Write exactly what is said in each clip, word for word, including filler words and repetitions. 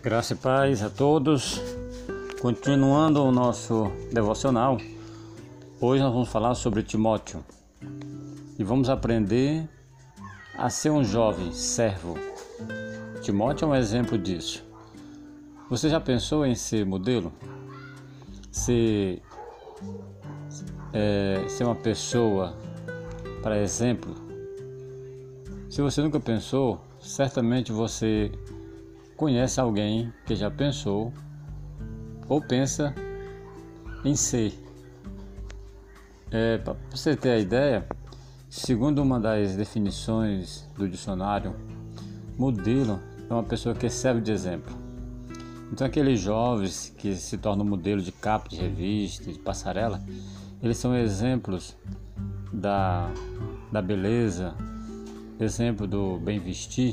Graça e paz a todos. Continuando o nosso devocional, hoje nós vamos falar sobre Timóteo e vamos aprender a ser um jovem servo. Timóteo é um exemplo disso. Você já pensou em ser modelo? Ser, é, ser uma pessoa para exemplo? Se você nunca pensou, certamente você conhece alguém que já pensou ou pensa em ser. É, para você ter a ideia, segundo uma das definições do dicionário, modelo é uma pessoa que serve de exemplo. Então aqueles jovens que se tornam modelo de capa de revista, de passarela, eles são exemplos da, da beleza, exemplo do bem vestir.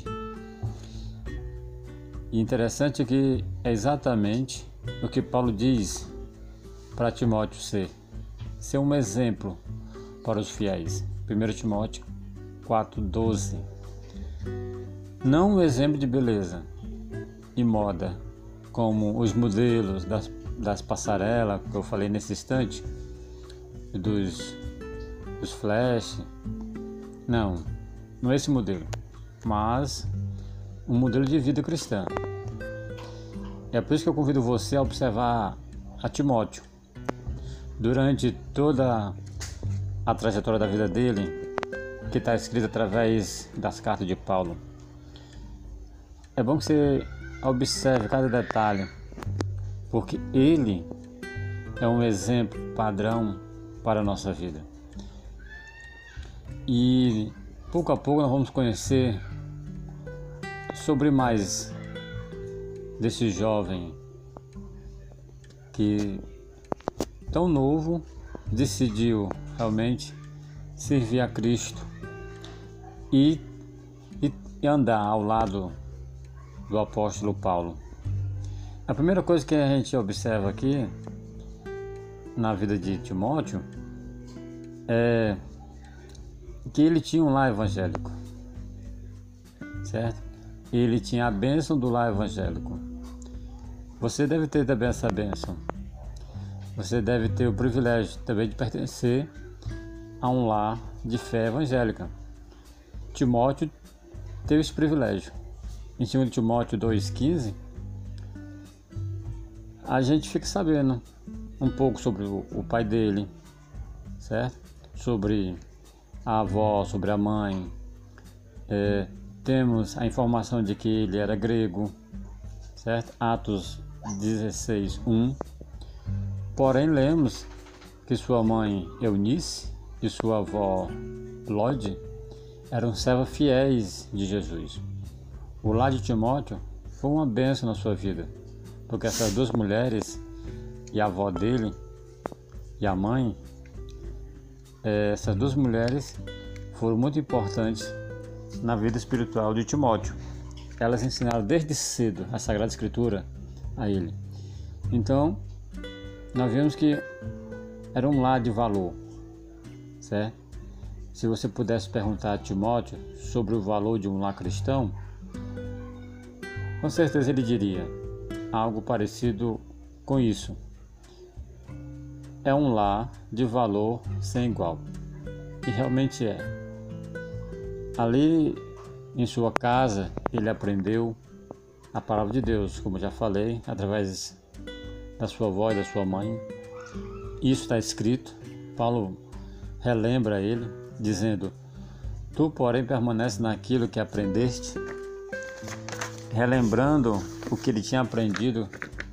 E interessante é que é exatamente o que Paulo diz para Timóteo ser, ser um exemplo para os fiéis. primeiro Timóteo quatro, doze. Não um exemplo de beleza e moda, como os modelos das, das passarelas que eu falei nesse instante, dos, dos flash. Não, não é esse modelo, mas um modelo de vida cristã. É por isso que eu convido você a observar a Timóteo. Durante toda a trajetória da vida dele, que está escrita através das cartas de Paulo. É bom que você observe cada detalhe, porque ele é um exemplo padrão para a nossa vida. E pouco a pouco nós vamos conhecer sobre mais desse jovem que, tão novo, decidiu realmente servir a Cristo e, e, e andar ao lado do apóstolo Paulo. A primeira coisa que a gente observa aqui na vida de Timóteo é que ele tinha um lar evangélico, certo? Ele tinha a bênção do lar evangélico. Você deve ter também essa bênção. Você deve ter o privilégio também de pertencer a um lar de fé evangélica. Timóteo teve esse privilégio. Em segundo Timóteo dois, quinze, a gente fica sabendo um pouco sobre o, o pai dele, certo? Sobre a avó, sobre a mãe. É, temos a informação de que ele era grego, certo? Atos dezesseis, um. Porém, lemos que sua mãe Eunice e sua avó Lode eram servas fiéis de Jesus. O lar de Timóteo foi uma bênção na sua vida, porque essas duas mulheres, e a avó dele e a mãe, essas duas mulheres foram muito importantes na vida espiritual de Timóteo. Elas ensinaram desde cedo a Sagrada Escritura a ele. Então, nós vemos que era um lar de valor, certo? Se você pudesse perguntar a Timóteo sobre o valor de um lar cristão, com certeza ele diria algo parecido com isso. É um lar de valor sem igual. E realmente é. Ali em sua casa ele aprendeu a palavra de Deus, como já falei, através da sua avó e da sua mãe. Isso está escrito. Paulo relembra ele, dizendo: tu, porém, permanece naquilo que aprendeste, relembrando o que ele tinha aprendido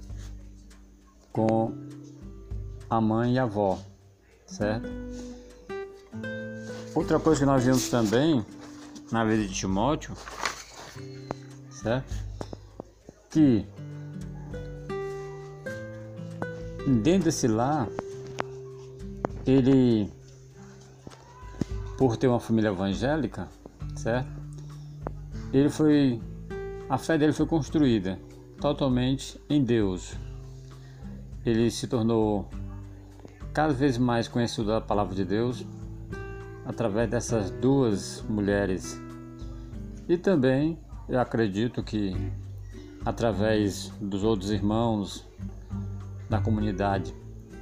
com a mãe e a avó, certo? Outra coisa que nós vimos também na vida de Timóteo, certo? Que dentro desse lar, ele, por ter uma família evangélica, certo? Ele foi, a fé dele foi construída totalmente em Deus. Ele se tornou cada vez mais conhecido da palavra de Deus através dessas duas mulheres. E também eu acredito que através dos outros irmãos da comunidade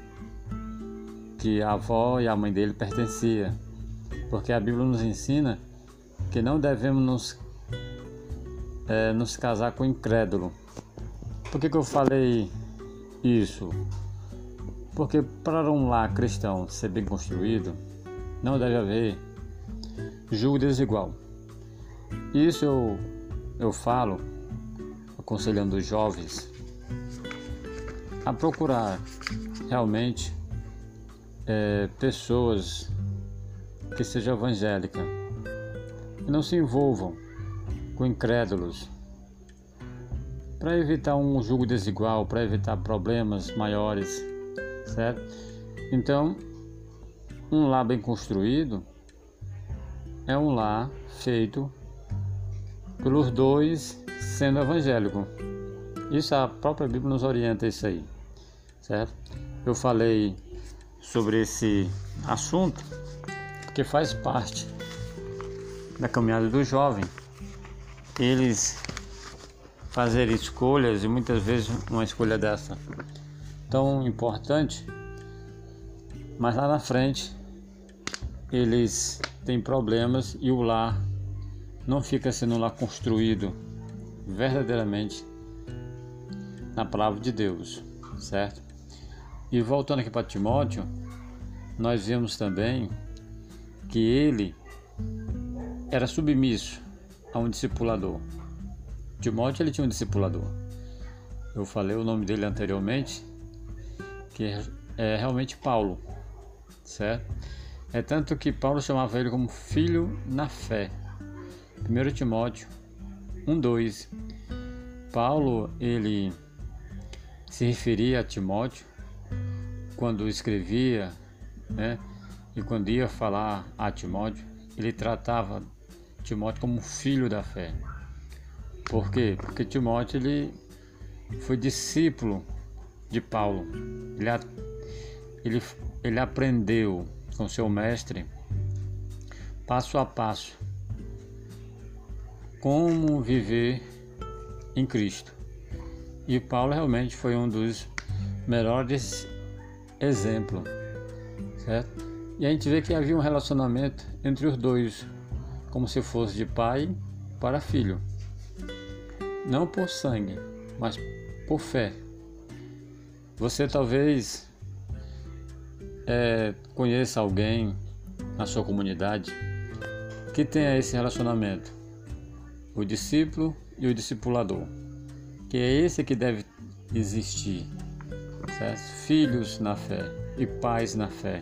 que a avó e a mãe dele pertenciam, porque a Bíblia nos ensina que não devemos nos, é, nos casar com incrédulo. Por que que eu falei isso? Porque para um lar cristão ser bem construído, não deve haver julgo desigual. Isso eu, eu falo, aconselhando os jovens a procurar realmente é, pessoas que sejam evangélicas, que não se envolvam com incrédulos, para evitar um julgo desigual, para evitar problemas maiores, certo? Então, um lar bem construído é um lar feito pelos dois sendo evangélico. Isso, a própria Bíblia nos orienta isso aí, certo? Eu falei sobre esse assunto porque faz parte da caminhada do jovem eles fazerem escolhas, e muitas vezes uma escolha dessa tão importante, mas lá na frente eles têm problemas e o lar não fica sendo um lar construído verdadeiramente na palavra de Deus, certo? E voltando aqui para Timóteo, nós vemos também que ele era submisso a um discipulador. Timóteo, ele tinha um discipulador. Eu falei o nome dele anteriormente, que é, é realmente Paulo, certo? É tanto que Paulo chamava ele como filho na fé. primeiro Timóteo um, dois. Paulo, ele se referia a Timóteo quando escrevia, né? E quando ia falar a Timóteo, ele tratava Timóteo como filho da fé. Por quê? Porque Timóteo, ele foi discípulo de Paulo. Ele, ele, ele aprendeu com seu mestre, passo a passo, como viver em Cristo. E Paulo realmente foi um dos melhores exemplos, certo? E a gente vê que havia um relacionamento entre os dois, como se fosse de pai para filho. Não por sangue, mas por fé. Você talvez é, conheça alguém na sua comunidade que tenha esse relacionamento, o discípulo e o discipulador, que é esse que deve existir, certo? Filhos na fé e pais na fé.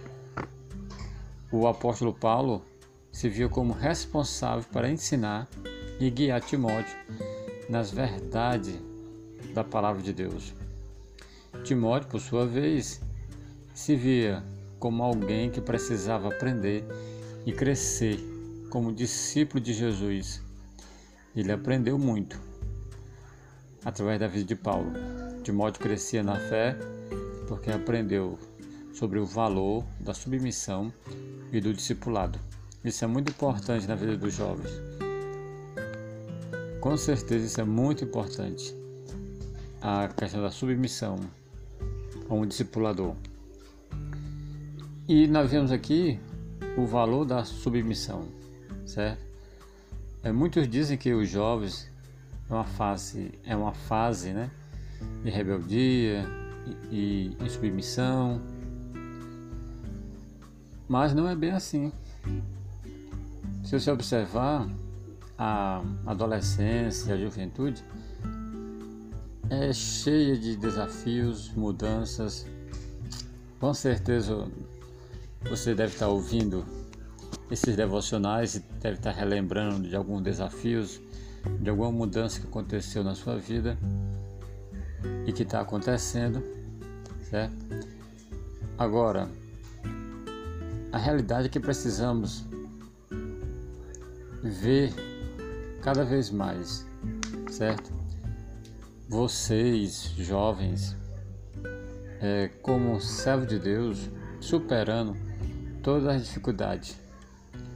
O apóstolo Paulo se viu como responsável para ensinar e guiar Timóteo nas verdades da palavra de Deus. Timóteo, por sua vez, se via como alguém que precisava aprender e crescer como discípulo de Jesus. Ele aprendeu muito através da vida de Paulo. Timóteo crescia na fé porque aprendeu sobre o valor da submissão e do discipulado. Isso é muito importante na vida dos jovens. Com certeza isso é muito importante. A questão da submissão a um discipulador. E nós vemos aqui o valor da submissão, certo? É, muitos dizem que os jovens é uma fase, é uma fase, né, de rebeldia e, e submissão, mas não é bem assim. Se você observar, a adolescência, a juventude é cheia de desafios, mudanças. Com certeza você deve estar ouvindo esses devocionais e deve estar relembrando de alguns desafios, de alguma mudança que aconteceu na sua vida e que está acontecendo, certo? Agora, a realidade é que precisamos ver cada vez mais, certo? Vocês, jovens, é, como servo de Deus, superando todas as dificuldades.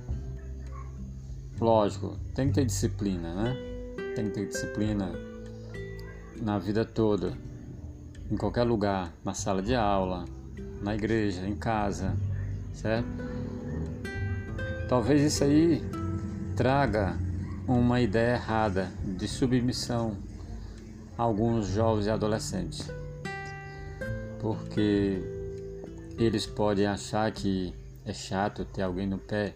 Lógico, tem que ter disciplina, né? Tem que ter disciplina na vida toda, em qualquer lugar, na sala de aula, na igreja, em casa, certo? Talvez isso aí traga uma ideia errada de submissão a alguns jovens e adolescentes, porque eles podem achar que é chato ter alguém no pé,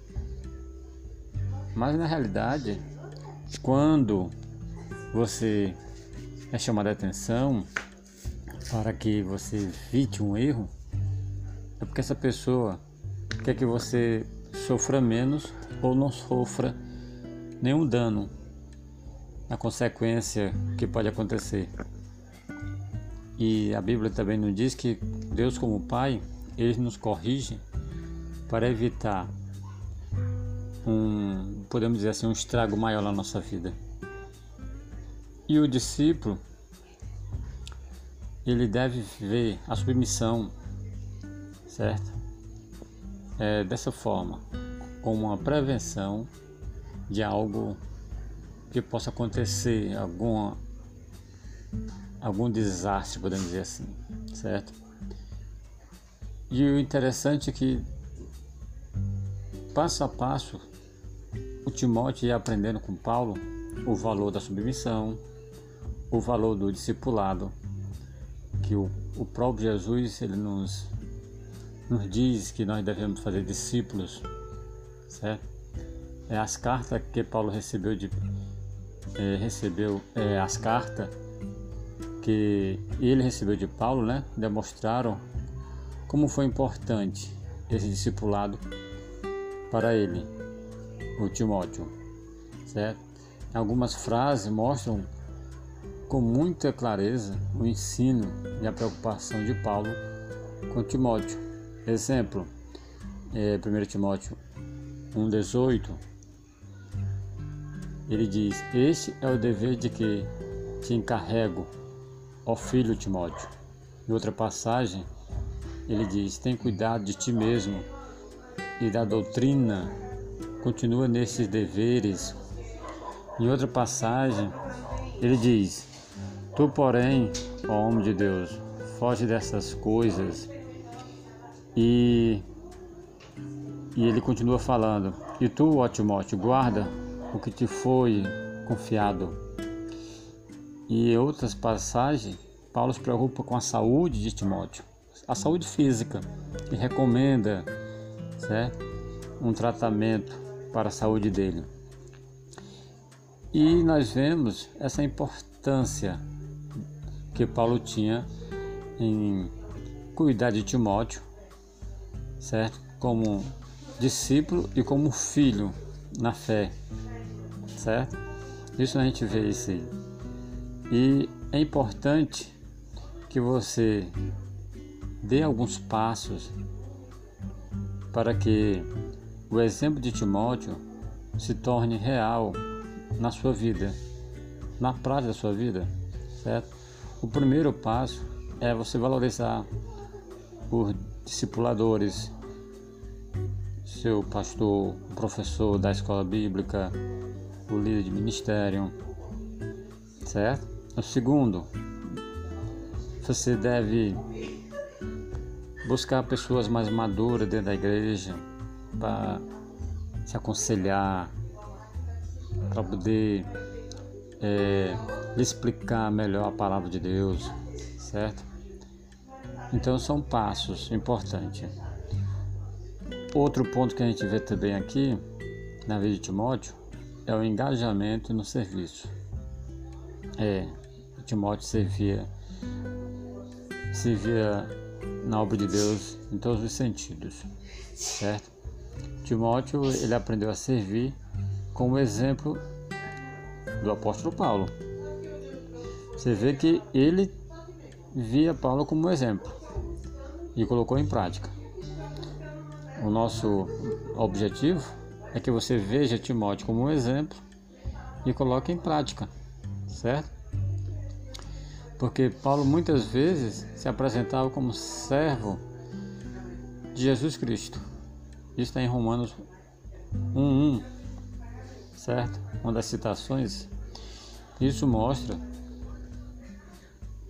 mas na realidade, quando você é chamado a atenção para que você evite um erro, é porque essa pessoa quer que você sofra menos ou não sofra nenhum dano na consequência que pode acontecer. E a Bíblia também nos diz que Deus, como Pai, Ele nos corrige para evitar um, podemos dizer assim, um estrago maior na nossa vida. E o discípulo, ele deve ver a submissão, certo? É, dessa forma, como uma prevenção de algo que possa acontecer, alguma, algum desastre, podemos dizer assim, certo? E o interessante é que, passo a passo, o Timóteo ia aprendendo com Paulo o valor da submissão, o valor do discipulado, que o, o próprio Jesus ele nos, nos diz que nós devemos fazer discípulos, certo? É, as cartas que Paulo recebeu, de, é, recebeu é, as cartas que ele recebeu de Paulo, né, demonstraram como foi importante esse discipulado para ele, o Timóteo, certo? Algumas frases mostram com muita clareza o ensino e a preocupação de Paulo com Timóteo. Exemplo, é, primeiro Timóteo um, dezoito, ele diz: este é o dever de que te encarrego, ó filho Timóteo. Em outra passagem, ele diz: tem cuidado de ti mesmo e da doutrina, continua nesses deveres. Em outra passagem, ele diz: tu, porém, ó homem de Deus, foge dessas coisas. E, e ele continua falando: e tu, ó Timóteo, guarda o que te foi confiado. E em outras passagens, Paulo se preocupa com a saúde de Timóteo, a saúde física, e recomenda, certo, um tratamento para a saúde dele. E nós vemos essa importância que Paulo tinha em cuidar de Timóteo, certo, como discípulo e como filho na fé, certo? Isso a gente vê isso aí. E é importante que você dê alguns passos para que o exemplo de Timóteo se torne real na sua vida, na prática da sua vida, certo? O primeiro passo é você valorizar os discipuladores, seu pastor, o professor da escola bíblica, o líder de ministério, certo? O segundo, você deve buscar pessoas mais maduras dentro da igreja para se aconselhar, para poder é, lhe explicar melhor a palavra de Deus, certo? Então são passos importantes. Outro ponto que a gente vê também aqui na vida de Timóteo é o engajamento no serviço. É, Timóteo servia, servia na obra de Deus em todos os sentidos, certo? Timóteo, ele aprendeu a servir como exemplo do apóstolo Paulo. Você vê que ele via Paulo como exemplo e colocou em prática. O nosso objetivo é que você veja Timóteo como um exemplo e coloque em prática, certo? Porque Paulo muitas vezes se apresentava como servo de Jesus Cristo. Isso está em Romanos um, um, certo? Uma das citações. Isso mostra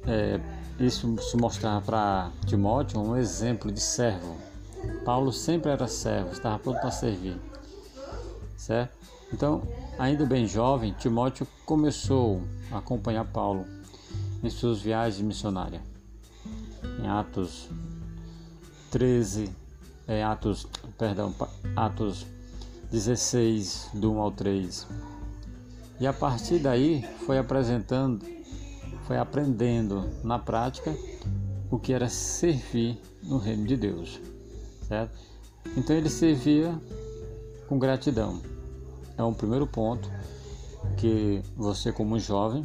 é, isso se mostrava para Timóteo um exemplo de servo. Paulo sempre era servo, estava pronto para servir, certo? Então, ainda bem jovem, Timóteo começou a acompanhar Paulo em suas viagens missionárias. Em Atos treze, é, Atos, perdão, Atos dezesseis, do um ao três. E a partir daí foi apresentando, foi aprendendo na prática o que era servir no reino de Deus, certo? Então ele servia com gratidão. É um primeiro ponto que você, como jovem,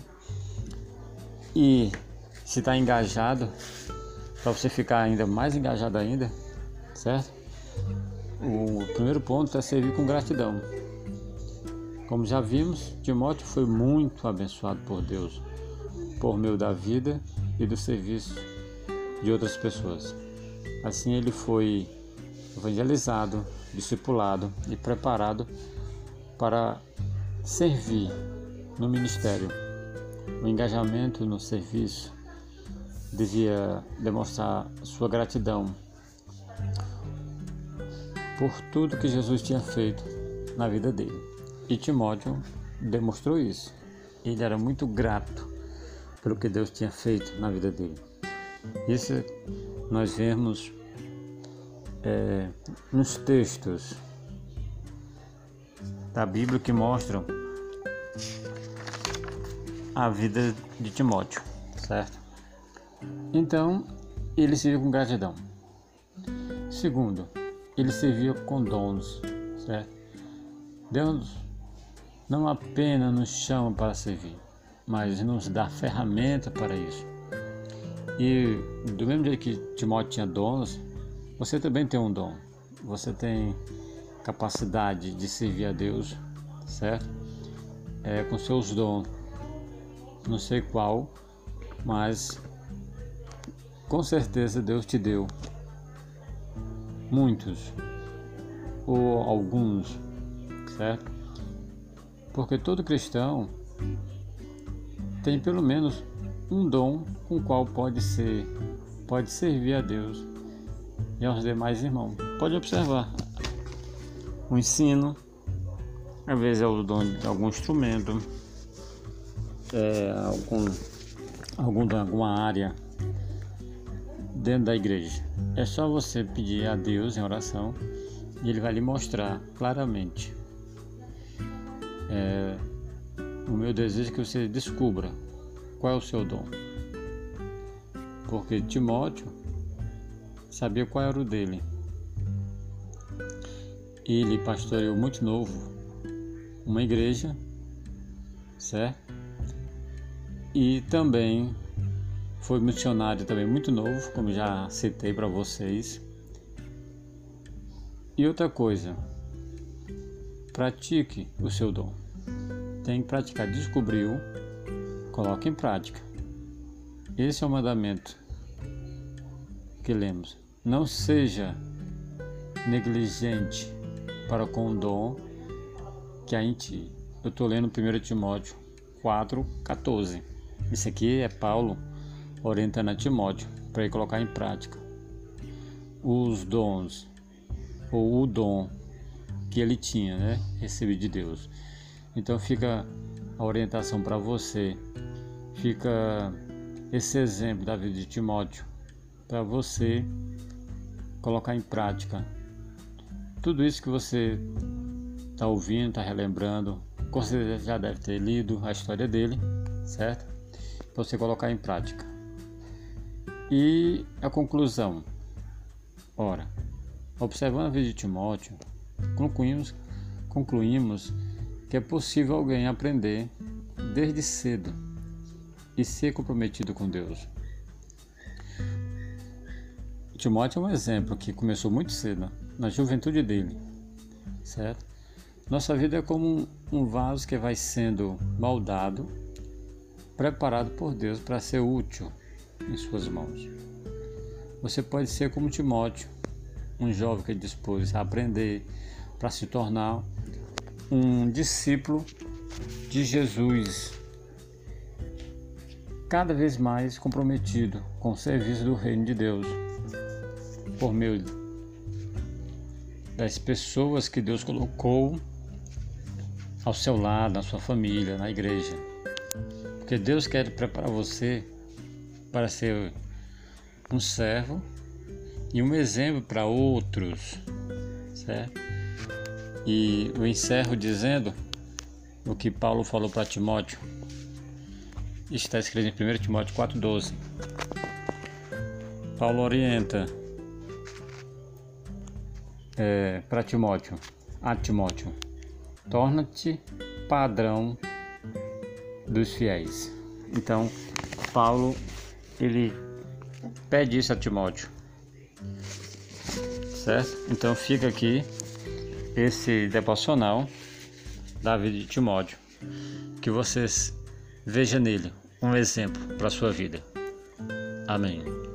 e se está engajado, para você ficar ainda mais engajado ainda, certo? O primeiro ponto é servir com gratidão. Como já vimos, Timóteo foi muito abençoado por Deus, por meio da vida e do serviço de outras pessoas. Assim ele foi evangelizado, discipulado e preparado para servir no ministério. O engajamento no serviço devia demonstrar sua gratidão por tudo que Jesus tinha feito na vida dele. E Timóteo demonstrou isso. Ele era muito grato pelo que Deus tinha feito na vida dele. Isso nós vemos é, nos textos da Bíblia que mostram a vida de Timóteo, certo? Então, ele servia com gratidão. Segundo, ele servia com dons, certo? Deus não apenas nos chama para servir, mas nos dá ferramenta para isso. E do mesmo jeito que Timóteo tinha dons, você também tem um dom. Você tem capacidade de servir a Deus, certo? É, com seus dons. Não sei qual, mas com certeza Deus te deu muitos ou alguns, certo? Porque todo cristão tem pelo menos um dom com o qual pode ser, pode servir a Deus e aos demais irmãos. Pode observar o ensino, às vezes é o dom de algum instrumento, é, algum, algum, alguma área dentro da igreja. É só você pedir a Deus em oração e Ele vai lhe mostrar claramente. É, o meu desejo é que você descubra qual é o seu dom, porque Timóteo sabia qual era o dele. Ele pastoreou muito novo uma igreja, certo? E também foi missionário também muito novo, como já citei para vocês. E outra coisa, pratique o seu dom. Tem que praticar. Descobriu, coloque em prática. Esse é o mandamento que lemos. Não seja negligente para com o dom que há em ti. Eu estou lendo primeiro Timóteo quatro, quatorze. Isso aqui é Paulo orientando a Timóteo para ele colocar em prática os dons, ou o dom que ele tinha, né, recebido de Deus. Então fica a orientação para você, fica esse exemplo da vida de Timóteo para você colocar em prática tudo isso que você está ouvindo, está relembrando. Com certeza já deve ter lido a história dele, certo? Para você colocar em prática. E a conclusão. Ora, observando a vida de Timóteo, concluímos, concluímos que é possível alguém aprender desde cedo e ser comprometido com Deus. Timóteo é um exemplo que começou muito cedo, na juventude dele, certo? Nossa vida é como um vaso que vai sendo moldado, preparado por Deus para ser útil em suas mãos. Você pode ser como Timóteo, um jovem que dispôs a aprender para se tornar um discípulo de Jesus. cada vez mais comprometido com o serviço do reino de Deus, por meio das pessoas que Deus colocou ao seu lado, na sua família, na igreja. Porque Deus quer preparar você para ser um servo e um exemplo para outros, certo? E eu encerro dizendo o que Paulo falou para Timóteo. Isso está escrito em primeiro Timóteo quatro, doze. Paulo orienta é, para Timóteo, a Timóteo: torna-te padrão dos fiéis. Então, Paulo, ele pede isso a Timóteo, certo? Então fica aqui esse devocional da vida de Timóteo, que vocês vejam nele um exemplo para a sua vida. Amém.